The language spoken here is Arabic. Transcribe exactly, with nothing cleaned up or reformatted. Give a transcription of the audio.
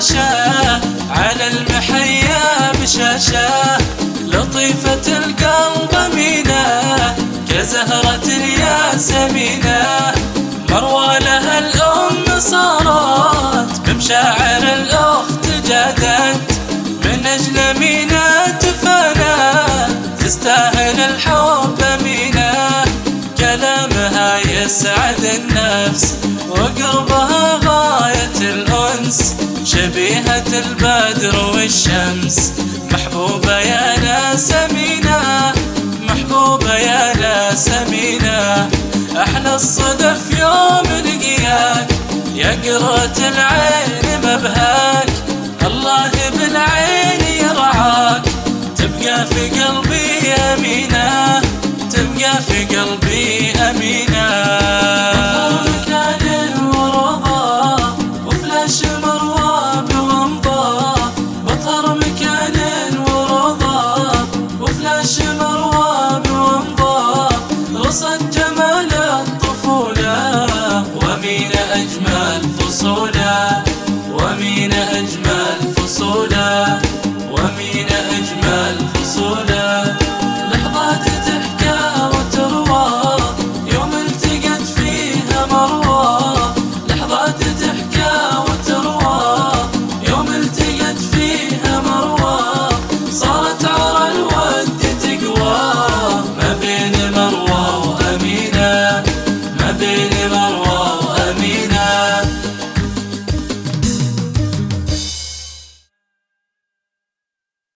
عاشا على المحيا بشاشة، لطيفة القلب أمينة كزهرة الياسمينة، مروى لها الأم صارت بمشاعر الأخت جادت، من أجل مينا تفانت تستاهل الحب أمينة، كلامها يسعد النفس وقربها غاية الأنس، شبيهة البدر والشمس محبوبة يا ناس أمينة، محبوبة يا ناس أمينة، أحلى الصدف يوم لقياك يا قرة العين مبهاك، الله بالعين يرعاك تبقى في قلبي أمينة، تبقى في قلبي أمينة. مكان ورضا وفلاش مروى بغمضة، بطر مكان ورضا وفلاش مروى بغمضة، رصد جمال الطفولة ومين أجمل فصولة، ومين أجمل فصولة.